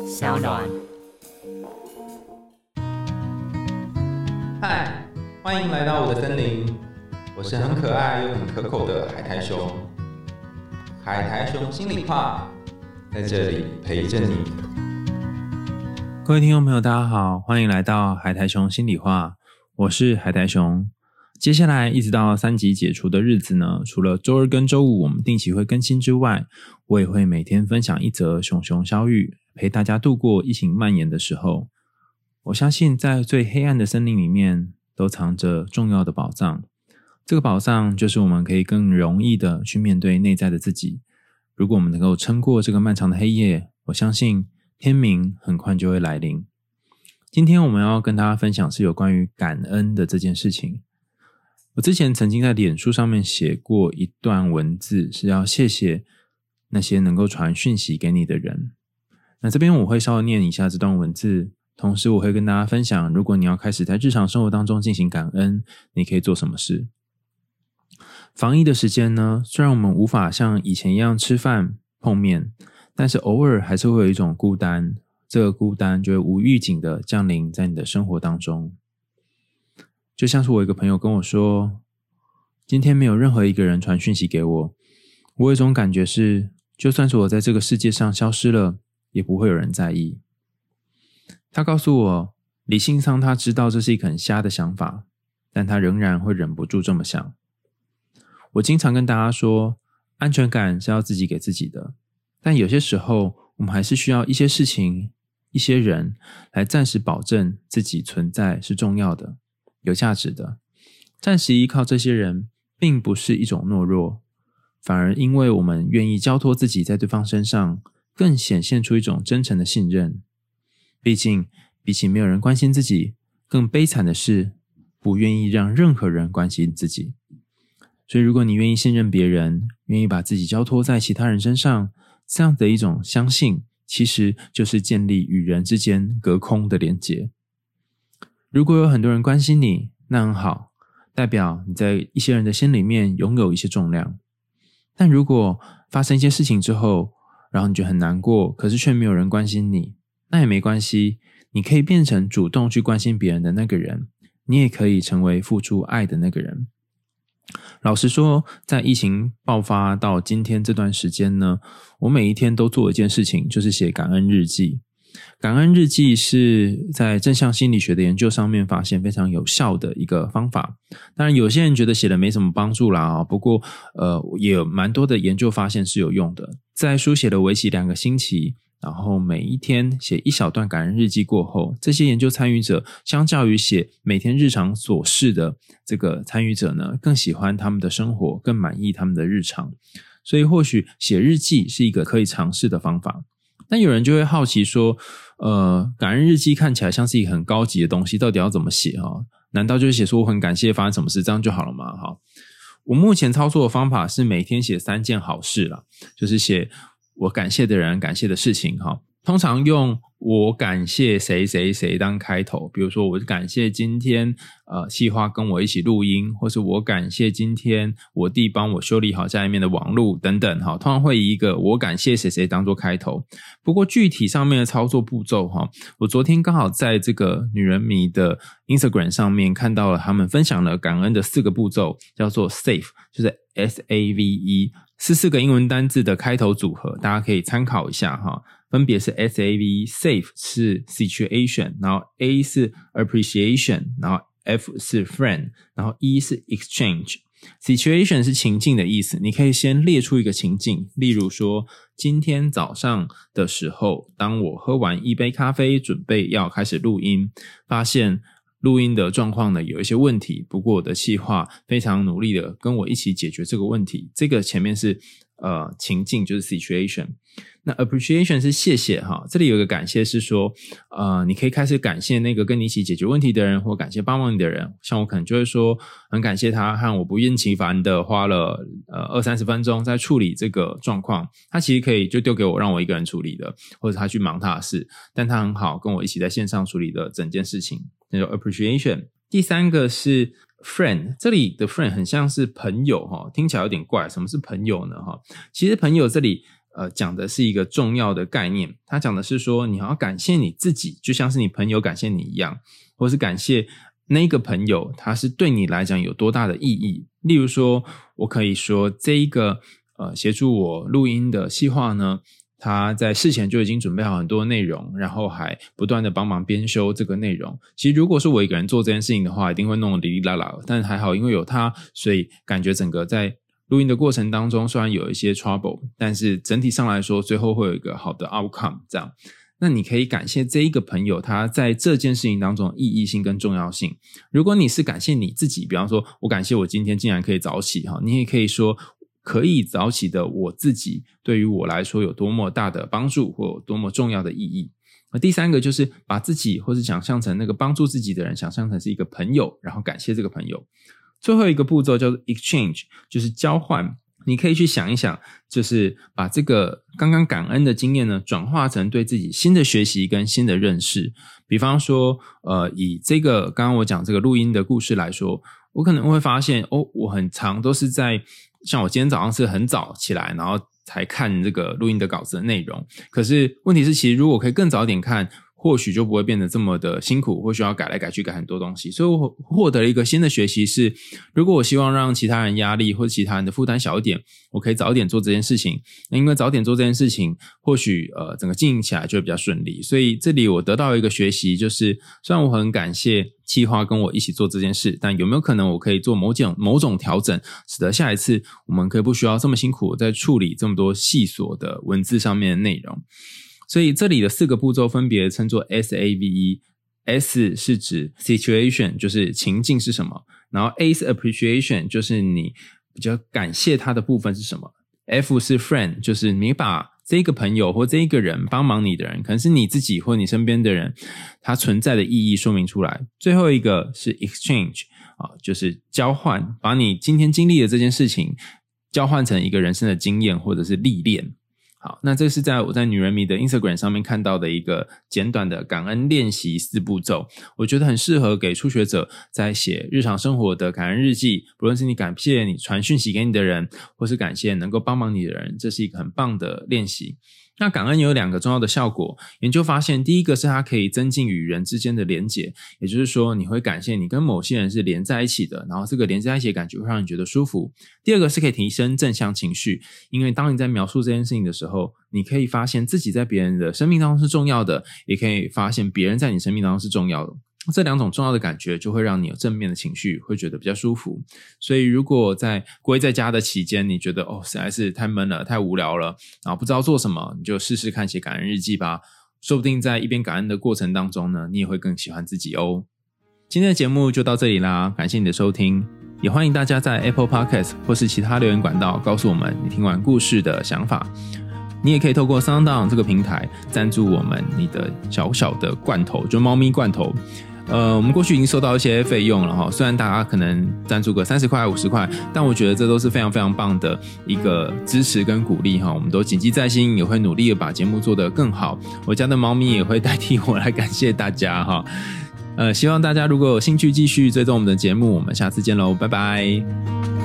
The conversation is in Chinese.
小暖。 嗨，欢迎来到我的森林，我是很可爱又很可口的海苔熊。海苔熊心里话，在这里陪着你。 各位听众朋友大家好，欢迎来到海苔熊心里话，我是海苔熊。接下来一直到3级解除的日子呢，除了周二跟周五我们定期会更新之外，我也会每天分享一则熊熊小语，陪大家度过疫情蔓延的时候。我相信在最黑暗的森林里面都藏着重要的宝藏，这个宝藏就是我们可以更容易的去面对内在的自己。如果我们能够撑过这个漫长的黑夜，我相信天明很快就会来临。今天我们要跟大家分享是有关于感恩的这件事情。我之前曾经在脸书上面写过一段文字，是要谢谢那些能够传讯息给你的人。那这边我会稍微念一下这段文字，同时我会跟大家分享，如果你要开始在日常生活当中进行感恩，你可以做什么事。防疫的时间呢，虽然我们无法像以前一样吃饭碰面，但是偶尔还是会有一种孤单，这个孤单就会无预警的降临在你的生活当中。就像是我一个朋友跟我说，今天没有任何一个人传讯息给我，我有一种感觉是，就算是我在这个世界上消失了，也不会有人在意。他告诉我，理性上他知道这是一个很瞎的想法，但他仍然会忍不住这么想。我经常跟大家说，安全感是要自己给自己的，但有些时候我们还是需要一些事情、一些人来暂时保证自己存在是重要的、有价值的。暂时依靠这些人并不是一种懦弱，反而因为我们愿意交托自己在对方身上，更显现出一种真诚的信任。毕竟比起没有人关心自己，更悲惨的是不愿意让任何人关心自己。所以如果你愿意信任别人，愿意把自己交托在其他人身上，这样的一种相信，其实就是建立与人之间隔空的连结。如果有很多人关心你，那很好，代表你在一些人的心里面拥有一些重量。但如果发生一些事情之后，然后你觉得很难过，可是却没有人关心你，那也没关系，你可以变成主动去关心别人的那个人，你也可以成为付出爱的那个人。老实说，在疫情爆发到今天这段时间呢，我每一天都做一件事情，就是写感恩日记。感恩日记是在正向心理学的研究上面发现非常有效的一个方法。当然有些人觉得写了没什么帮助啦，不过也有蛮多的研究发现是有用的。在书写了为期2个星期，然后每一天写一小段感恩日记过后，这些研究参与者相较于写每天日常琐事的这个参与者呢，更喜欢他们的生活，更满意他们的日常。所以或许写日记是一个可以尝试的方法。但有人就会好奇说，感恩日记看起来像是一个很高级的东西，到底要怎么写啊？难道就是写说我很感谢发生什么事，这样就好了吗？好，我目前操作的方法是每天写3件好事啦，就是写我感谢的人、感谢的事情哈。通常用我感谢谁谁谁当开头，比如说我感谢今天企划跟我一起录音，或是我感谢今天我弟帮我修理好家里面的网路等等哈，通常会以一个我感谢谁谁当做开头。不过具体上面的操作步骤哈，我昨天刚好在这个女人迷的 Instagram 上面看到了他们分享了感恩的4个步骤，叫做 SAVE， 就是 SAVE， 是4个英文单字的开头组合，大家可以参考一下哈。分别是 SAVE， Save 是 Situation， 然后 A 是 Appreciation， 然后 F 是 Friend， 然后 E 是 Exchange。Situation 是情境的意思，你可以先列出一个情境，例如说今天早上的时候，当我喝完1杯咖啡准备要开始录音，发现录音的状况呢有一些问题，不过我的企划非常努力的跟我一起解决这个问题，这个前面是情境，就是 situation。 那 appreciation 是谢谢哈，这里有一个感谢是说你可以开始感谢那个跟你一起解决问题的人，或感谢帮忙你的人。像我可能就会说很感谢他和我不厌其烦的花了20-30分钟在处理这个状况，他其实可以就丢给我让我一个人处理的，或者他去忙他的事，但他很好跟我一起在线上处理的整件事情，那叫 appreciation。 第3个是friend， 这里的 friend 很像是朋友，听起来有点怪，什么是朋友呢？其实朋友这里讲的是一个重要的概念，他讲的是说你要感谢你自己，就像是你朋友感谢你一样，或是感谢那个朋友他是对你来讲有多大的意义。例如说我可以说这一个协助我录音的企划呢，他在事前就已经准备好很多内容，然后还不断的帮忙编修这个内容。其实如果是我一个人做这件事情的话，一定会弄得哩哩啦啦，但还好因为有他，所以感觉整个在录音的过程当中虽然有一些 trouble， 但是整体上来说最后会有一个好的 outcome 这样。那你可以感谢这一个朋友他在这件事情当中的意义性跟重要性。如果你是感谢你自己，比方说我感谢我今天竟然可以早起，你也可以说可以早起的我自己对于我来说有多么大的帮助或有多么重要的意义。第三个就是把自己或是想象成那个帮助自己的人想象成是一个朋友，然后感谢这个朋友。最后一个步骤叫做 exchange， 就是交换。你可以去想一想，就是把这个刚刚感恩的经验呢转化成对自己新的学习跟新的认识。比方说以这个刚刚我讲这个录音的故事来说，我可能会发现我很常都是在像我今天早上是很早起来，然后才看这个录音的稿子的内容。可是问题是其实如果可以更早点看，或许就不会变得这么的辛苦，或需要改来改去改很多东西。所以我获得了一个新的学习是，如果我希望让其他人压力或者其他人的负担小一点，我可以早点做这件事情。那因为早点做这件事情，或许整个经营起来就会比较顺利。所以这里我得到一个学习，就是虽然我很感谢企划跟我一起做这件事，但有没有可能我可以做某种调整，使得下一次我们可以不需要这么辛苦在处理这么多细琐的文字上面的内容。所以这里的4个步骤分别称作 SAVE。S 是指 situation， 就是情境是什么，然后 A 是 appreciation， 就是你比较感谢他的部分是什么， F 是 friend， 就是你把这个朋友或这一个人帮忙你的人，可能是你自己或你身边的人，他存在的意义说明出来。最后一个是 exchange， 就是交换，把你今天经历的这件事情交换成一个人生的经验或者是历练。好，那这是我在女人迷的 Instagram 上面看到的一个简短的感恩练习4步骤，我觉得很适合给初学者在写日常生活的感恩日记，不论是你感谢你传讯息给你的人，或是感谢能够帮忙你的人，这是一个很棒的练习。那感恩有2个重要的效果，研究发现第一个是它可以增进与人之间的连结，也就是说你会感谢你跟某些人是连在一起的，然后这个连在一起的感觉会让你觉得舒服。第二个是可以提升正向情绪，因为当你在描述这件事情的时候，你可以发现自己在别人的生命当中是重要的，也可以发现别人在你生命当中是重要的。这2种重要的感觉就会让你有正面的情绪，会觉得比较舒服。所以如果在归在家的期间，你觉得实在是太闷了，太无聊了，然后不知道做什么，你就试试看写感恩日记吧。说不定在一边感恩的过程当中呢，你也会更喜欢自己哦。今天的节目就到这里啦，感谢你的收听，也欢迎大家在 Apple Podcast 或是其他留言管道告诉我们你听完故事的想法。你也可以透过 SoundOn 这个平台赞助我们你的小小的罐头，就猫咪罐头。我们过去已经收到一些费用了哈，虽然大家可能赞助个30块50块，但我觉得这都是非常非常棒的一个支持跟鼓励哈。我们都谨记在心，也会努力的把节目做得更好。我家的猫咪也会代替我来感谢大家哈。希望大家如果有兴趣继续追踪我们的节目，我们下次见喽，拜拜。